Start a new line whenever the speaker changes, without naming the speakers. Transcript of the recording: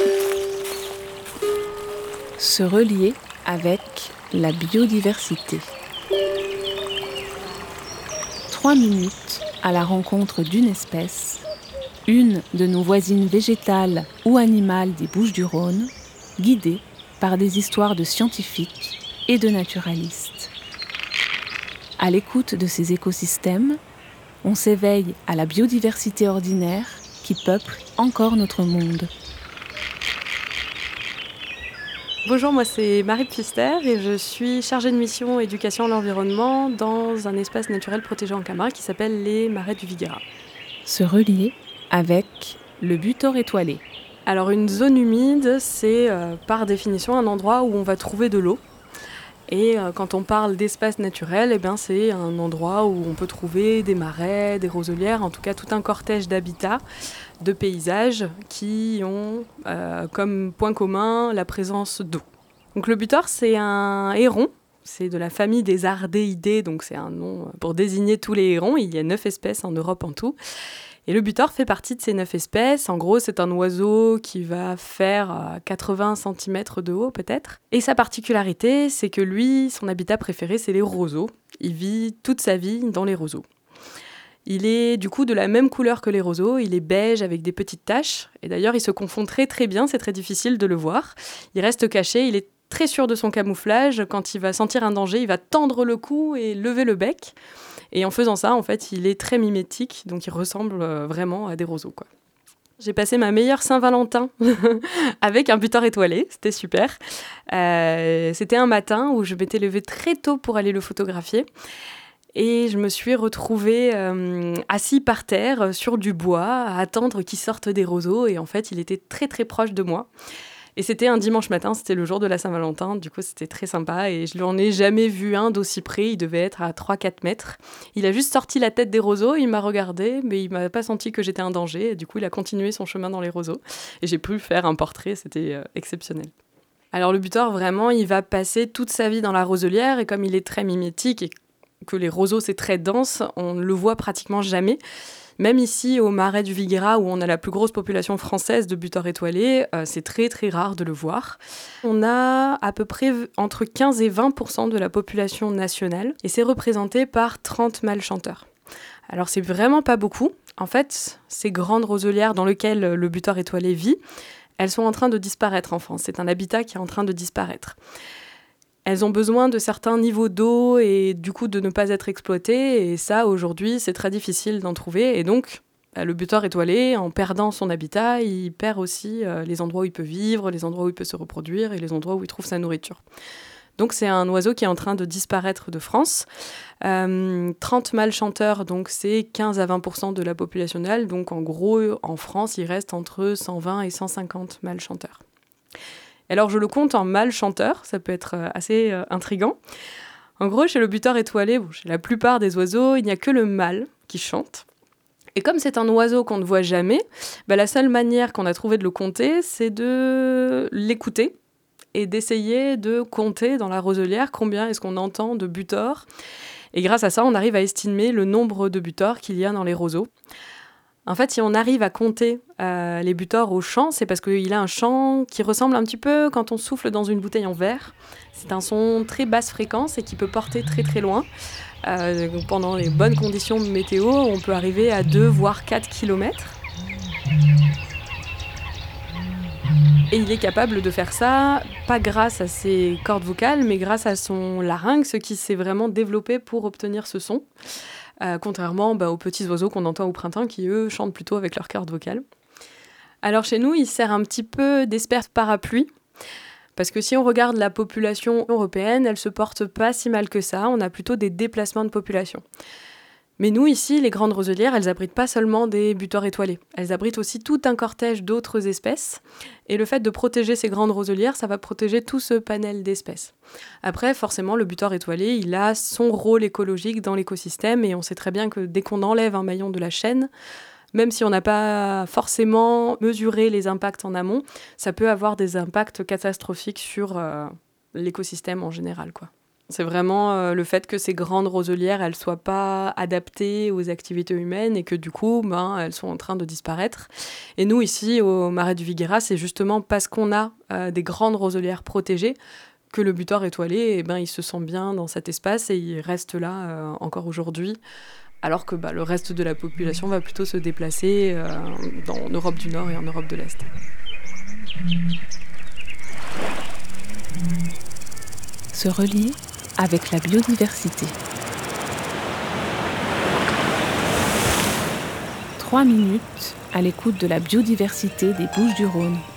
Se relier avec la biodiversité. 3 minutes à la rencontre d'une espèce, une de nos voisines végétales ou animales des Bouches-du-Rhône, guidée par des histoires de scientifiques et de naturalistes. À l'écoute de ces écosystèmes, on s'éveille à la biodiversité ordinaire qui peuple encore notre monde.
Bonjour, moi c'est Marie Pfister et je suis chargée de mission éducation à l'environnement dans un espace naturel protégé en Camargue qui s'appelle les Marais du Viguera.
Se relier avec le butor étoilé.
Alors une zone humide, c'est par définition un endroit où on va trouver de l'eau. Et quand on parle d'espace naturel, c'est un endroit où on peut trouver des marais, des roselières, en tout cas tout un cortège d'habitats, de paysages qui ont comme point commun la présence d'eau. Donc le butor, c'est un héron, c'est de la famille des ardéidés, donc c'est un nom pour désigner tous les hérons. Il y a 9 espèces en Europe en tout. Et le butor fait partie de ces 9 espèces. En gros, c'est un oiseau qui va faire 80 cm de haut peut-être. Et sa particularité, c'est que lui, son habitat préféré, c'est les roseaux. Il vit toute sa vie dans les roseaux. Il est du coup de la même couleur que les roseaux, il est beige avec des petites taches. Et d'ailleurs, il se confond très très bien, c'est très difficile de le voir. Il reste caché, il est très sûr de son camouflage. Quand il va sentir un danger, il va tendre le cou et lever le bec. Et en faisant ça, en fait, il est très mimétique, donc il ressemble vraiment à des roseaux, quoi. J'ai passé ma meilleure Saint-Valentin avec un butor étoilé, c'était super. C'était un matin où je m'étais levée très tôt pour aller le photographier. Et je me suis retrouvée assis par terre sur du bois à attendre qu'il sorte des roseaux. Et en fait, il était très très proche de moi. Et c'était un dimanche matin, c'était le jour de la Saint-Valentin, du coup c'était très sympa et je n'en ai jamais vu un d'aussi près, il devait être à 3-4 mètres. Il a juste sorti la tête des roseaux, il m'a regardé, mais il m'a pas senti que j'étais un danger, et du coup il a continué son chemin dans les roseaux et j'ai pu faire un portrait, c'était exceptionnel. Alors le butor, vraiment, il va passer toute sa vie dans la roselière et comme il est très mimétique et que les roseaux c'est très dense, on ne le voit pratiquement jamais. Même ici, au Marais du Viguera, où on a la plus grosse population française de butors étoilés, c'est très très rare de le voir. On a à peu près entre 15 et 20% de la population nationale, et c'est représenté par 30 mâles chanteurs. Alors c'est vraiment pas beaucoup. En fait, ces grandes roselières dans lesquelles le butor étoilé vit, elles sont en train de disparaître en France. C'est un habitat qui est en train de disparaître. Elles ont besoin de certains niveaux d'eau et du coup de ne pas être exploitées. Et ça, aujourd'hui, c'est très difficile d'en trouver. Et donc, le butor étoilé, en perdant son habitat, il perd aussi les endroits où il peut vivre, les endroits où il peut se reproduire et les endroits où il trouve sa nourriture. Donc c'est un oiseau qui est en train de disparaître de France. 30 mâles chanteurs, donc c'est 15 à 20% de la population nationale. Donc en gros, en France, il reste entre 120 et 150 mâles chanteurs. Alors je le compte en mâle chanteur, ça peut être assez intriguant. En gros, chez le butor étoilé, chez la plupart des oiseaux, il n'y a que le mâle qui chante. Et comme c'est un oiseau qu'on ne voit jamais, la seule manière qu'on a trouvé de le compter, c'est de l'écouter et d'essayer de compter dans la roselière combien est-ce qu'on entend de butors. Et grâce à ça, on arrive à estimer le nombre de butors qu'il y a dans les roseaux. En fait, si on arrive à compter les butors au chant, c'est parce qu'il a un chant qui ressemble un petit peu quand on souffle dans une bouteille en verre. C'est un son très basse fréquence et qui peut porter très très loin. Pendant les bonnes conditions météo, on peut arriver à 2 voire 4 km. Et il est capable de faire ça, pas grâce à ses cordes vocales, mais grâce à son larynx qui s'est vraiment développé pour obtenir ce son. Contrairement aux petits oiseaux qu'on entend au printemps qui, eux, chantent plutôt avec leurs cordes vocales. Alors chez nous, il sert un petit peu d'espèce parapluie, parce que si on regarde la population européenne, elle se porte pas si mal que ça, on a plutôt des déplacements de population. Mais nous, ici, les grandes roselières, elles abritent pas seulement des butors étoilés, elles abritent aussi tout un cortège d'autres espèces. Et le fait de protéger ces grandes roselières, ça va protéger tout ce panel d'espèces. Après, forcément, le butor étoilé, il a son rôle écologique dans l'écosystème, et on sait très bien que dès qu'on enlève un maillon de la chaîne, même si on n'a pas forcément mesuré les impacts en amont, ça peut avoir des impacts catastrophiques sur l'écosystème en général, quoi. C'est vraiment le fait que ces grandes roselières, elles soient pas adaptées aux activités humaines et que du coup, elles sont en train de disparaître. Et nous, ici, au Marais du Viguera, c'est justement parce qu'on a des grandes roselières protégées que le butor étoilé, il se sent bien dans cet espace et il reste là encore aujourd'hui. Alors que le reste de la population va plutôt se déplacer en Europe du Nord et en Europe de l'Est.
Se relier avec la biodiversité. 3 minutes à l'écoute de la biodiversité des Bouches-du-Rhône.